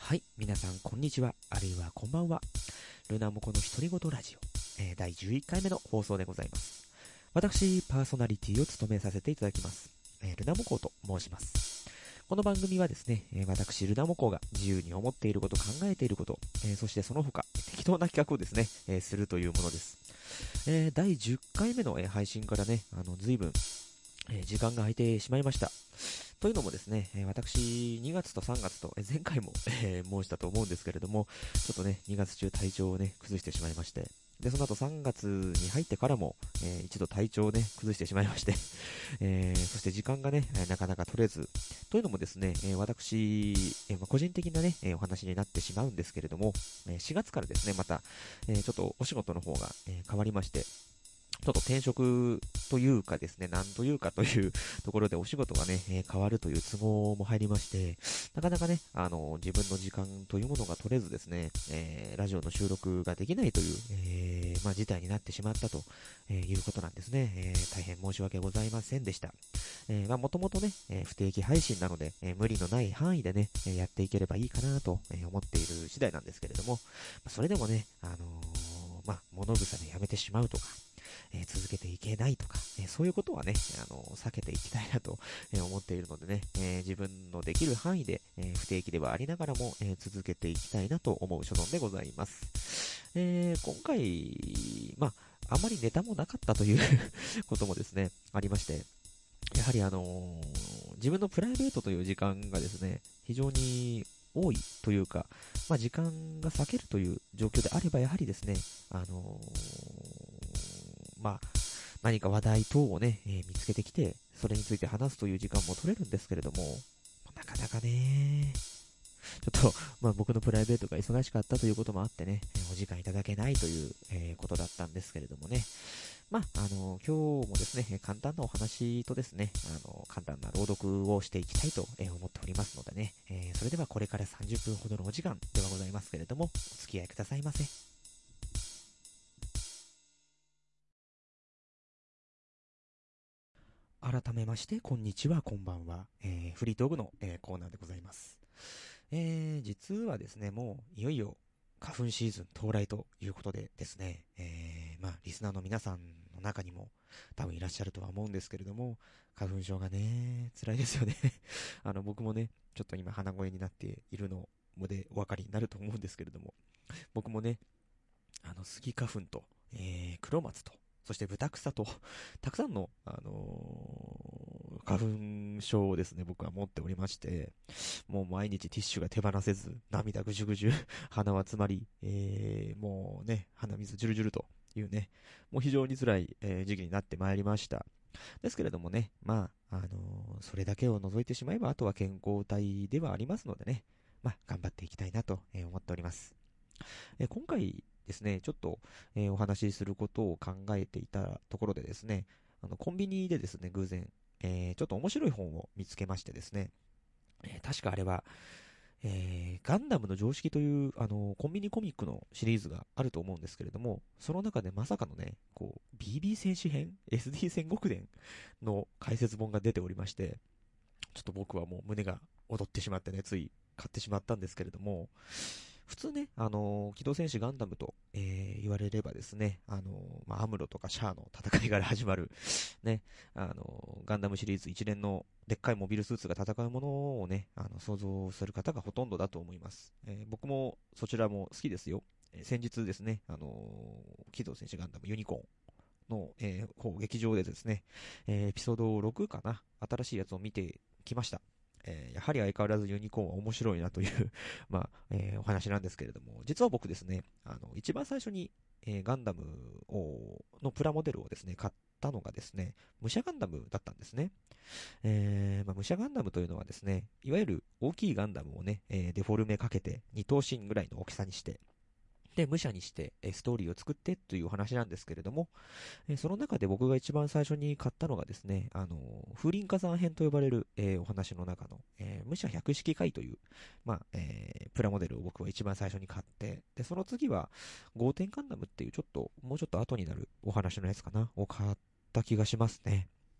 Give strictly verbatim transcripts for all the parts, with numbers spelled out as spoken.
はい、皆さんこんにちは、あるいはこんばんは。ルナモコの独り言ラジオ、えー、だいじゅういっかいめの放送でございます。私、パーソナリティを務めさせていただきます。えー、ルナモコと申します。この番組はですね、えー、私、ルナモコが自由に思っていること、考えていること、えー、そしてその他、適当な企画をですね、えー、するというものです。えー、だいじゅっかいめの、えー、配信からね、あの、随分、えー、時間が空いてしまいました。というのもですね、えー、私、にがつとさんがつと、えー前回も、えー申したと思うんですけれども、ちょっとね、にがつ中体調をね、崩してしまいまして、で、その後さんがつに入ってからも、えー一度体調をね、崩してしまいまして、えーそして時間がね、えーなかなか取れず、というのもですね、えー私、えーまあ個人的なね、えーお話になってしまうんですけれども、えーしがつからですね、また、えーちょっとお仕事の方が、えー変わりまして、ちょっと転職というかですね、なんというかというところでお仕事がね、えー変わるという都合も入りまして、なかなかね、あの、自分の時間というものが取れずですね、えーラジオの収録ができないという、えーまあ、事態になってしまったと、えーいうことなんですね。えー大変申し訳ございませんでした。えーまあ、もともとね、えー不定期配信なので、えー無理のない範囲でね、えーやっていければいいかなと、えー思っている次第なんですけれども、まあそれでもね、あのーまあ、物草でやめてしまうとか、えー続けていけないとか、えーそういうことはね、あのー避けていきたいなと、えー思っているのでね、えー自分のできる範囲で、えー不定期ではありながらも、えー続けていきたいなと思う所存でございます。えー今回、まあ、あまりネタもなかったということもですね、ありまして、やはりあのー自分のプライベートという時間がですね、非常に多いというか、まあ、時間が割けるという状況であれば、やはりですね、あのーまあ、何か話題等をね、えー見つけてきて、それについて話すという時間も取れるんですけれども、なかなかね、ちょっと、まあ僕のプライベートが忙しかったということもあってね、えーお時間いただけないという、えーことだったんですけれどもね。まあ、あの、今日もですね、簡単なお話とですね、あの、簡単な朗読をしていきたいとえー思っておりますのでね、えーそれではこれからさんじゅっぷんほどのお時間ではございますけれども、お付き合いくださいませ。改めまして、こんにちは、こんばんは。えーフリートークの、えーコーナーでございます。えー、実はですね、もう、いよいよ、花粉シーズン到来ということでですね、えー、まあ、リスナーの皆さんの中にも、多分いらっしゃるとは思うんですけれども、花粉症がね、辛いですよね。あの、僕もね、ちょっと今鼻声になっているのでお分かりになると思うんですけれども、僕もね、あの、スギ花粉と、えー、黒松と、そしてブタクサと、たくさんの、あのー花粉症をですね、僕は持っておりまして、もう毎日ティッシュが手放せず、涙ぐじゅぐじゅ、鼻は詰まり、えー、もうね、鼻水ジュルジュルというね、もう非常に辛い、えー時期になってまいりました。ですけれどもね、まあ、あのーそれだけを除いてしまえば、あとは健康体ではありますのでね、まあ、頑張っていきたいなと、えー思っております。えー今回ですね、ちょっと、えーお話しすることを考えていたところでですね、あの、コンビニでですね、偶然、えーちょっと面白い本を見つけましてですね、えー確かあれは、えーガンダムの常識という、あの、コンビニコミックのシリーズがあると思うんですけれども、その中でまさかのね、こう、ビービー 戦士編 エスディー 戦国伝の解説本が出ておりまして、ちょっと僕はもう胸が躍ってしまってね、つい買ってしまったんですけれども、普通ね、あのー機動戦士ガンダムと、えー言われればですね、あのーまあ、アムロとかシャアの戦いから始まる、ね、あのーガンダムシリーズ一連のでっかいモビルスーツが戦うものをね、あの、想像する方がほとんどだと思います。えー僕もそちらも好きですよ。えー先日ですね、あのー機動戦士ガンダムユニコーンの、えー、こう劇場でですね、えーエピソードろくかな、新しいやつを見てきました。えーやはり相変わらずユニコーンは面白いなというまあ、えーお話なんですけれども、実は僕ですね、あの、一番最初に、えーガンダムを、のプラモデルをですね、買ったのがですね、武者ガンダムだったんですね。えーまあ、武者ガンダムというのはですね、いわゆる大きいガンダムをね、えーデフォルメかけてに等身ぐらいの大きさにして、で、武者にして、えーストーリーを作ってというお話なんですけれども、えーその中で僕が一番最初に買ったのがですね、あの、風林火山編と呼ばれる、えーお話の中の、えー武者百式回という、まあ、えープラモデルを僕は一番最初に買って、で、その次は、ゴーテンガンダムっていうちょっと、もうちょっと後になるお話のやつかな、を買った気がしますね。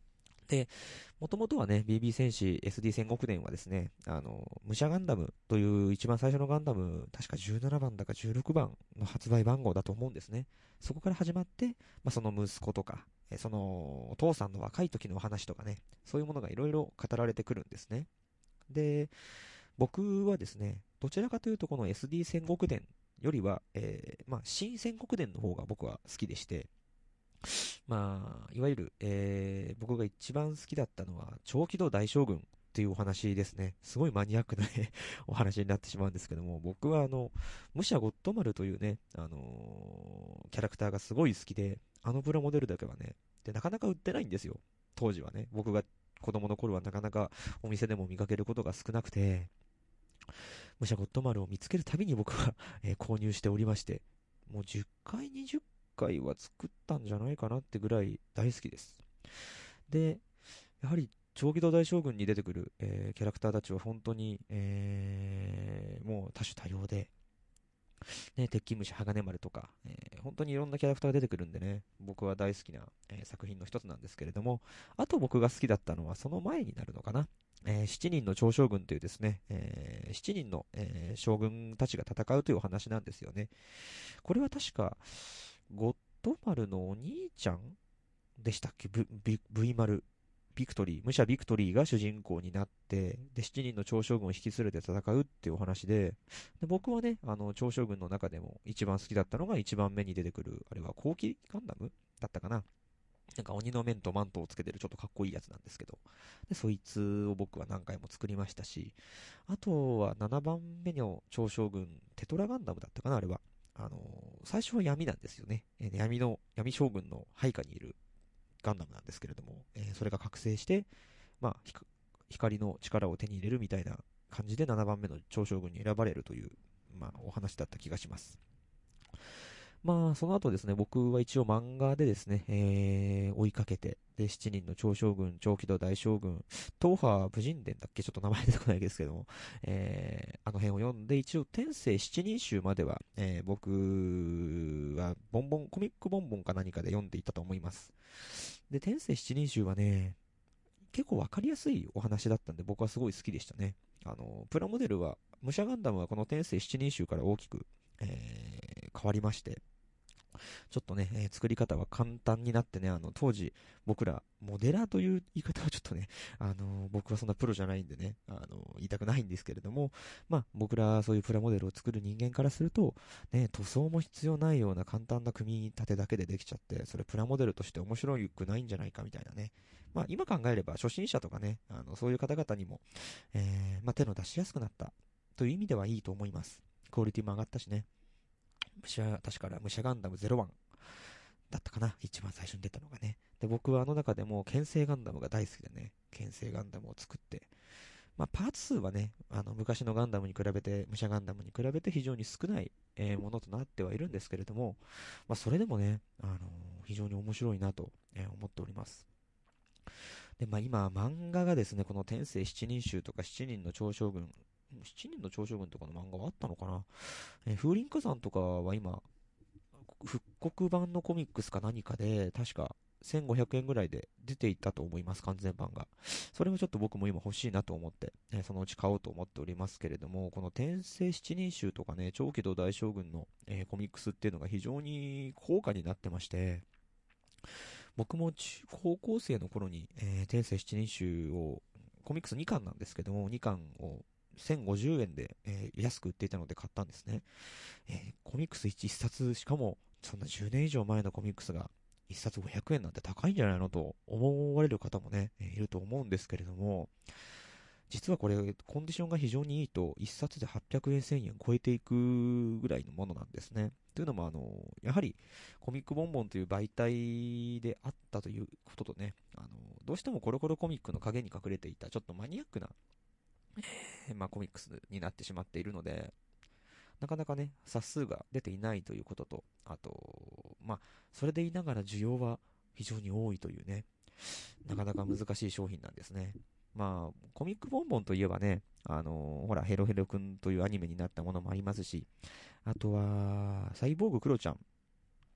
で、もともとはね、ビービー 戦士 エスディー 戦国伝はですね、あの、武者ガンダムという一番最初のガンダム、確かじゅうななばんだかじゅうろくばんの発売番号だと思うんですね。そこから始まって、まあ、その息子とか、えそのお父さんの若い時のお話とかね、そういうものがいろいろ語られてくるんですね。で、僕はですね、どちらかというとこの エスディー 戦国伝よりは、えー、まあ、新戦国伝の方が僕は好きでして、まあ、いわゆる、えー、僕が一番好きだったのは、長機動大将軍っていうお話ですね。すごいマニアックなねお話になってしまうんですけども、僕はあの、武者ゴッドマルというね、あのーキャラクターがすごい好きで、あのプラモデルだけはね、で、なかなか売ってないんですよ。当時はね。僕が子供の頃はなかなかお店でも見かけることが少なくて、武者ゴッドマルを見つけるたびに僕はえー購入しておりまして、もうじゅっかい、にじゅっかいは作ったんじゃないかなってぐらい大好きです。で、やはり、長期道大将軍に出てくる、えーキャラクターたちは本当に、えーもう多種多様で、ね、鉄筋虫鋼丸とか、えー本当にいろんなキャラクターが出てくるんでね、僕は大好きな、えー作品の一つなんですけれども、あと僕が好きだったのはその前になるのかな。えー、七人の長将軍というですね、えー、七人の、えー将軍たちが戦うというお話なんですよね。これは確か、ゴッドマルのお兄ちゃんでしたっけ？ V, V, V 丸。ビクトリー、武者ビクトリーが主人公になって、で、七人の長将軍を引き連れて戦うっていうお話で、で僕はね、あの、長将軍の中でも一番好きだったのが一番目に出てくる、あれは後期ガンダムだったかな。なんか鬼の面とマントをつけてるちょっとかっこいいやつなんですけど、で、そいつを僕は何回も作りましたし、あとはななばんめの長将軍、テトラガンダムだったかな、あれは。あの最初は闇なんですよね。えー闇の、闇将軍の配下にいるガンダムなんですけれども、えーそれが覚醒して、まあ、光の力を手に入れるみたいな感じでななばんめの長将軍に選ばれるという、まあ、お話だった気がします。まあ、その後ですね、僕は一応漫画でですね、えー、追いかけて、で、七人の長将軍、長期道大将軍、東波武神伝だっけちょっと名前出てこないですけども、えー、あの辺を読んで、一応天性七人集までは、えー、僕は、ボンボン、コミックボンボンか何かで読んでいたと思います。で、天性七人集はね、結構わかりやすいお話だったんで、僕はすごい好きでしたね。あの、プラモデルは、武者ガンダムはこの天性七人集から大きく、えー、変わりまして、ちょっとね、えー作り方は簡単になってね、あの、当時、僕ら、モデラーという言い方はちょっとね、あのー僕はそんなプロじゃないんでね、あのー言いたくないんですけれども、まあ、僕ら、そういうプラモデルを作る人間からすると、ね、塗装も必要ないような簡単な組み立てだけでできちゃって、それプラモデルとして面白くないんじゃないかみたいなね。まあ、今考えれば、初心者とかね、あの、そういう方々にも、えー、まあ、手の出しやすくなったという意味ではいいと思います。クオリティも上がったしね。武者、確か武者ガンダムゼロワンだったかな、一番最初に出たのがね。で、僕はあの中でも、剣聖ガンダムが大好きでね、剣聖ガンダムを作って、まあ、パーツ数はね、あの、昔のガンダムに比べて、武者ガンダムに比べて非常に少ない、えーものとなってはいるんですけれども、まあ、それでもね、あのー非常に面白いなと、えー思っております。で、まあ、今、漫画がですね、この天聖七人衆とか七人の長将軍、七人の長将軍とかの漫画はあったのかな。えー風林火山とかは今、復刻版のコミックスか何かで、確かせんごひゃくえんぐらいで出ていたと思います、完全版が。それはちょっと僕も今欲しいなと思って、えーそのうち買おうと思っておりますけれども、この天聖七人衆とかね、長期道大将軍の、えーコミックスっていうのが非常に高価になってまして、僕も中高校生の頃に、えー天聖七人衆を、コミックスにかんなんですけども、にかんをせんごじゅうえんで、えー安く売っていたので買ったんですね。えーコミックスいちさつ、しかもそんなじゅうねん以上前のコミックスがいっさつごひゃくえんなんて高いんじゃないのと思われる方もね、えーいると思うんですけれども、実はこれ、コンディションが非常にいいと、いっさつではっぴゃくえん、せんえん超えていくぐらいのものなんですね。というのも、あの、やはり、コミックボンボンという媒体であったということとね、あの、どうしてもコロコロコミックの影に隠れていた、ちょっとマニアックな、えーまあ、コミックスになってしまっているので、なかなかね、冊数が出ていないということと、あと、まあ、それで言いながら需要は非常に多いというね、なかなか難しい商品なんですね。まあ、コミックボンボンといえばね、あのーほら、ヘロヘロくんというアニメになったものもありますし、あとは、サイボーグクロちゃん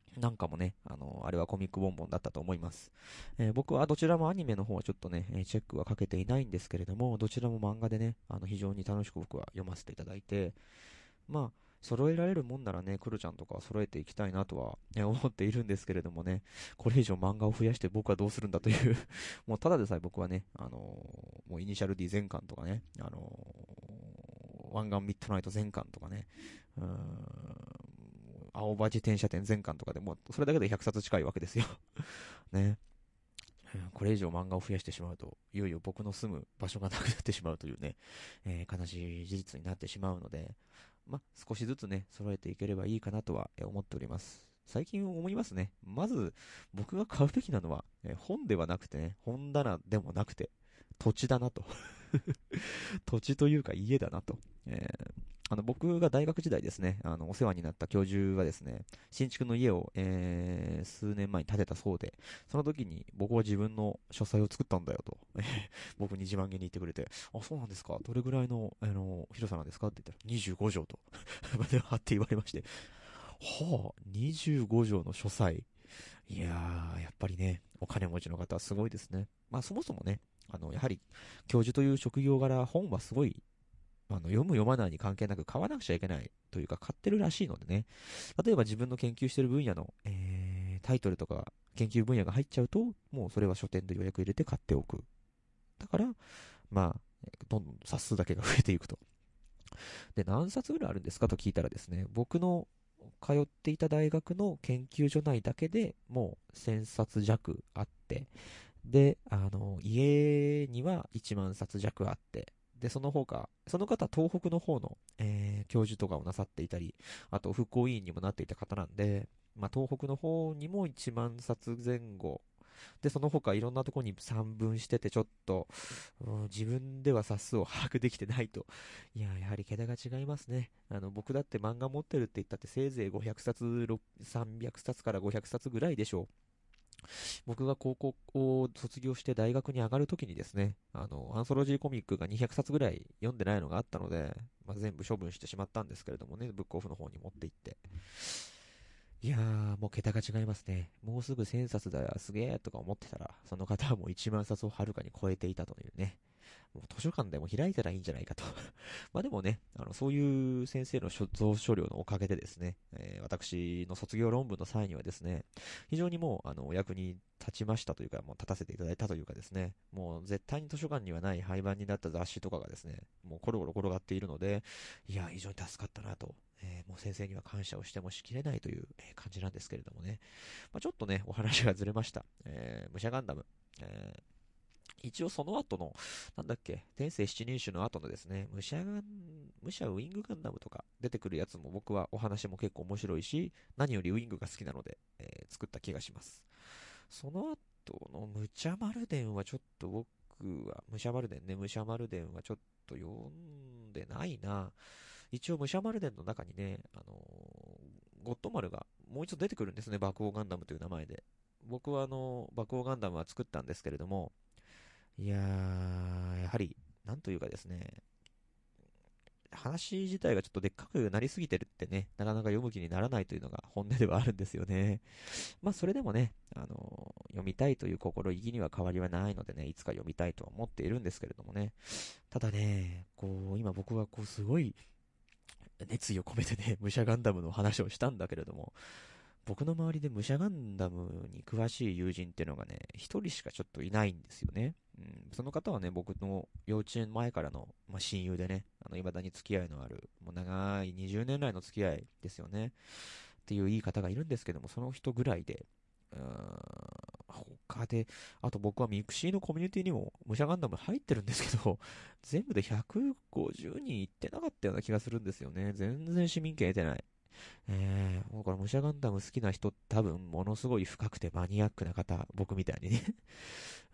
なんかもね、あの、あれはコミックボンボンだったと思います。えー僕はどちらもアニメの方はちょっとね、えーチェックはかけていないんですけれども、どちらも漫画でね、あの、非常に楽しく僕は読ませていただいて、まあ、揃えられるもんならね、クロちゃんとかは揃えていきたいなとは、ね、思っているんですけれどもね、これ以上漫画を増やして僕はどうするんだというもうただでさえ僕はね、あのーもうイニシャル D 全巻とかね、あのー湾岸ミッドナイト全巻とかね、うーん、青葉自転車店全巻とかでもうそれだけでひゃくさつ近いわけですよね。これ以上漫画を増やしてしまうと、いよいよ僕の住む場所がなくなってしまうというね、えー悲しい事実になってしまうので、まあ、少しずつね、揃えていければいいかなとはえー思っております。最近思いますね。まず、僕が買うべきなのは、えー本ではなくてね、本棚でもなくて、土地だなと。土地というか家だなと。えーあの僕が大学時代ですね、あのお世話になった教授がですね、新築の家を、えー数年前に建てたそうで、その時に僕は自分の書斎を作ったんだよと、僕に自慢げに言ってくれて、あ、そうなんですか、どれぐらいの、あの広さなんですかって言ったら、にじゅうご畳と、はって言われまして、はあ、にじゅうご畳の書斎。いやー、やっぱりね、お金持ちの方はすごいですね。まあそもそもね、あの、やはり、教授という職業柄、本はすごい、あの、読む読まないに関係なく買わなくちゃいけないというか、買ってるらしいのでね。例えば自分の研究してる分野の、えー、タイトルとか、研究分野が入っちゃうと、もうそれは書店で予約入れて買っておく。だから、まあ、どんどん冊数だけが増えていくと。で、何冊ぐらいあるんですかと聞いたらですね、僕の通っていた大学の研究所内だけでもうせんさつ弱あって、で、あの、家にはいちまん冊弱あって、で、その他、その方、東北の方の、えー教授とかをなさっていたり、あと、復興委員にもなっていた方なんで、まあ、東北の方にもいちまん冊前後、で、その他いろんなところに散分してて、ちょっと、うん、自分では冊数を把握できてないと。いや、やはり桁が違いますね。あの、僕だって漫画持ってるって言ったってせいぜいごひゃくさつ、さんびゃくさつからごひゃくさつぐらいでしょう。僕が高校を卒業して大学に上がるときにですね、あの、アンソロジーコミックがにひゃくさつぐらい読んでないのがあったので、まあ、全部処分してしまったんですけれどもね、ブックオフの方に持って行って。いやー、もう桁が違いますね。もうすぐせんさつだよ、すげーとか思ってたら、その方はもういちまん冊をはるかに超えていたというね。もう図書館でも開いたらいいんじゃないかとまあでもね、あの、そういう先生の蔵書量のおかげでですね、えー私の卒業論文の際にはですね、非常にもう、あの、お役に立ちましたというか、もう立たせていただいたというかですね、もう絶対に図書館にはない廃盤になった雑誌とかがですね、もうコロコロ転がっているので、いや、非常に助かったなと。えーもう先生には感謝をしてもしきれないという、えー感じなんですけれどもね。まあ、ちょっとね、お話がずれました。えー、武者ガンダム。えー一応その後の、なんだっけ、天性七人種の後のですね、武者ガン、武者ウィングガンダムとか出てくるやつも僕はお話も結構面白いし、何よりウィングが好きなので、えー作った気がします。その後のムチャマルデンはちょっと僕は、ムシャマルデンね、ムシャマルデンはちょっと読んでないな。一応ムシャマルデンの中にね、あのーゴッドマルがもう一度出てくるんですね、爆砲ガンダムという名前で。僕はあの、爆砲ガンダムは作ったんですけれども、いやー、やはり、なんというかですね、話自体がちょっとでっかくなりすぎてるってね、なかなか読む気にならないというのが本音ではあるんですよね。まあ、それでもね、あのー読みたいという心意気には変わりはないのでね、いつか読みたいとは思っているんですけれどもね。ただね、こう、今僕はこう、すごい熱意を込めてね、武者ガンダムの話をしたんだけれども、僕の周りで武者ガンダムに詳しい友人っていうのがね、一人しかちょっといないんですよね。うん、その方はね、僕の幼稚園前からの、まあ、親友でね、あの、未だに付き合いのある、もう長いにじゅうねん来の付き合いですよね。っていういい方がいるんですけども、その人ぐらいで、うーん、他で、あと僕はミクシーのコミュニティにも武者ガンダム入ってるんですけど、全部でひゃくごじゅうにんいってなかったような気がするんですよね。全然市民権得てない。えー、もうこれ武者ガンダム好きな人多分ものすごい深くてマニアックな方、僕みたいにねうん。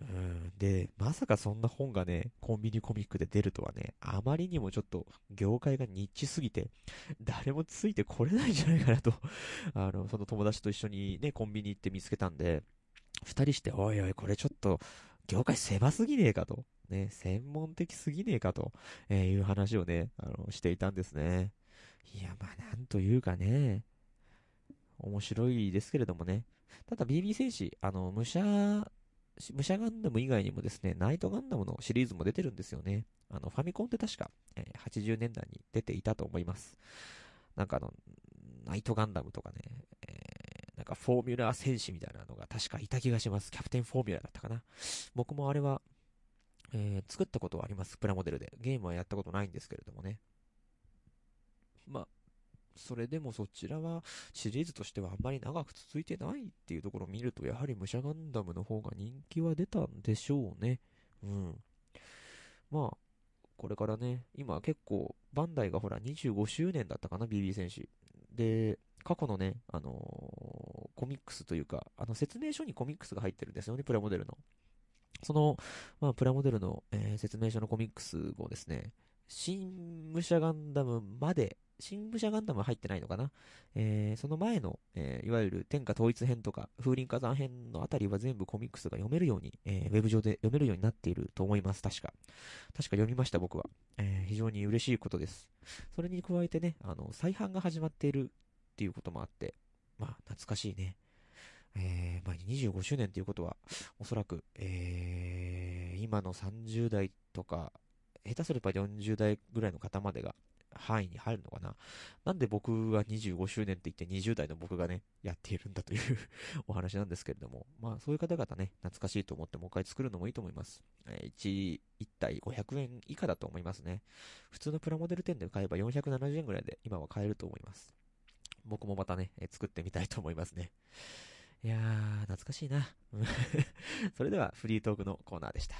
で、まさかそんな本がね、コンビニコミックで出るとはね、あまりにもちょっと業界がニッチすぎて、誰もついてこれないんじゃないかなとあの、その友達と一緒にね、コンビニ行って見つけたんで、二人して、おいおい、これちょっと、業界狭すぎねえかと。ね、専門的すぎねえかと、えーいう話をね、あの、していたんですね。いや、まあ、なんというかね、 面白いですけれどもね。ただ ビービー 戦士、あの、武者、武者ガンダム以外にもですね、ナイトガンダムのシリーズも出てるんですよね。あの、ファミコンって確か、えーはちじゅうねんだいに出ていたと思います。なんかあの、ナイトガンダムとかね、えーなんかフォーミュラー戦士みたいなのが確かいた気がします。キャプテンフォーミュラーだったかな。僕もあれは、えー作ったことはあります。プラモデルで。ゲームはやったことないんですけれどもね。まあ、それでもそちらはシリーズとしてはあんまり長く続いてないっていうところを見ると、やはり武者ガンダムの方が人気は出たんでしょうね。うん。まあ、これからね、今結構、バンダイがほらにじゅうごしゅうねんだったかな、ビービー 戦士。で、過去のね、あのーコミックスというか、あの説明書にコミックスが入ってるんですよね、プラモデルの。その、まあ、プラモデルの、えー説明書のコミックスをですね、新武者ガンダムまで、新武者ガンダムは入ってないのかな、えーその前の、えーいわゆる天下統一編とか、風林火山編のあたりは全部コミックスが読めるように、えーウェブ上で読めるようになっていると思います、確か。確か読みました、僕は。えー非常に嬉しいことです。それに加えてね、あの、再販が始まっているっていうこともあって、まあ、懐かしいね。えー、まあ、にじゅうごしゅうねんということは、おそらく、えー、今のさんじゅう代とか、下手すればよんじゅう代ぐらいの方までが範囲に入るのかな。なんで僕がにじゅうごしゅうねんって言ってにじゅう代の僕がね、やっているんだというお話なんですけれども、まあそういう方々ね、懐かしいと思ってもう一回作るのもいいと思います。えー、いち、いち体ごひゃくえん以下だと思いますね。普通のプラモデル店で買えばよんひゃくななじゅうえんぐらいで今は買えると思います。僕もまたね、えー作ってみたいと思いますね。いやー、懐かしいな。それではフリートークのコーナーでした。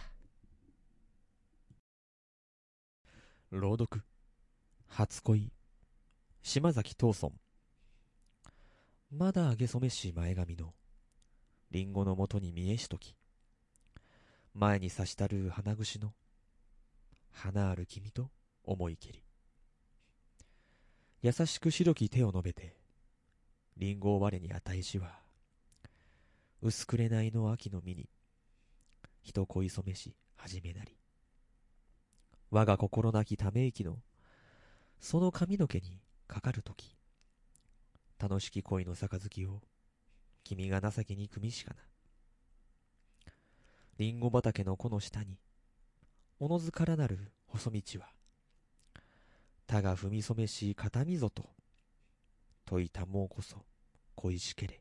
朗読、初恋、島崎藤村。まだあげそめし前髪の、リンゴのもとに見えしとき。前に差したる花串の、花ある君と思い切り。優しく白き手を述べて、リンゴを我に与えしは、薄くれないの秋の実に、人恋染めし始めなり。我が心なきため息の、その髪の毛にかかるとき、楽しき恋の杯を、君が情けに組みしかな。リンゴ畑の木の下に、おのずからなる細道は、他が踏み染めし片溝と、解いたもうこそ恋しけれ。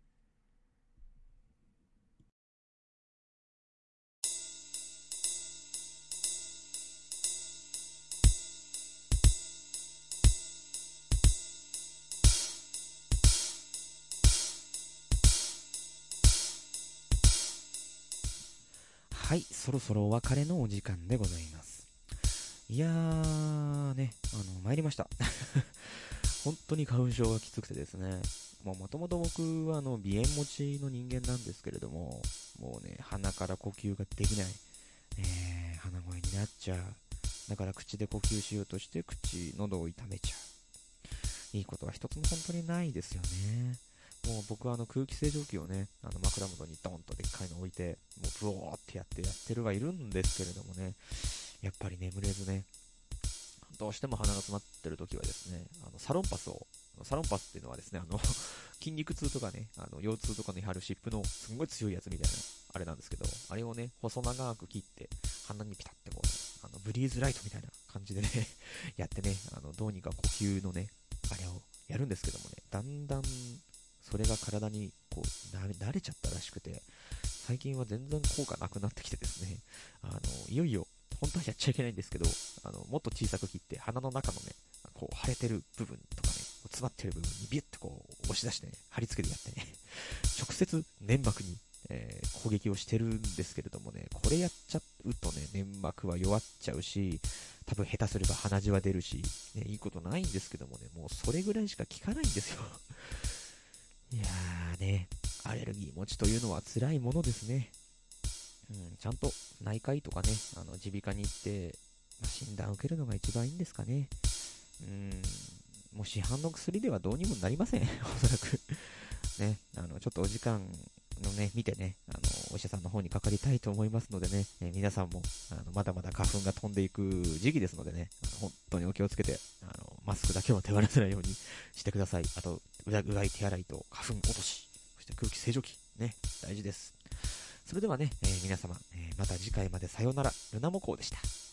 はい、そろそろお別れのお時間でございます。いやーね、あの、参りました。本当に花粉症がきつくてですね、もともと僕はあの鼻炎持ちの人間なんですけれども、もうね、鼻から呼吸ができない、えー、鼻声になっちゃう。だから口で呼吸しようとして口、喉を痛めちゃう。いいことは一つも本当にないですよね。もう僕はあの空気清浄機をね、あの枕元にドンとでっかいの置いて、もうブオーってやってやってるはいるんですけれどもね、やっぱり眠れずね、どうしても鼻が詰まってる時はですね、あのサロンパスを、サロンパスっていうのはですね、あの筋肉痛とかね、あの腰痛とかに貼る湿布のすんごい強いやつみたいな、あれなんですけど、あれをね、細長く切って、鼻にピタってこう、ね、あのブリーズライトみたいな感じでねやってね、あのどうにか呼吸のね、あれをやるんですけどもね、だんだんそれが体にこう慣れちゃったらしくて、最近は全然効果なくなってきてですね、あのいよいよ本当はやっちゃいけないんですけど、あのもっと小さく切って鼻の中のね、こう腫れてる部分とかね、詰まってる部分にビュッてこう押し出してね、貼り付けてやってね、直接粘膜に、えー攻撃をしてるんですけれどもね、これやっちゃうとね、粘膜は弱っちゃうし、多分下手すれば鼻血は出るし、ね、いいことないんですけどもね、もうそれぐらいしか効かないんですよ。いやーね、アレルギー持ちというのは辛いものですね。うん、ちゃんと内科医とかね、あの耳鼻科に行って、まあ、診断を受けるのが一番いいんですかね。うん、もう市販の薬ではどうにもなりません、おそらく。ね、あの、ちょっとお時間のね、見てね、あの、お医者さんの方にかかりたいと思いますのでね、えー皆さんも、あの、まだまだ花粉が飛んでいく時期ですのでね、あの本当にお気をつけて、あの、マスクだけは手放せないようにしてください。あと、 うがうがい手洗いと花粉落とし、そして空気清浄機、ね、大事です。それではね、えー皆様、えーまた次回までさようなら、ルナモコウでした。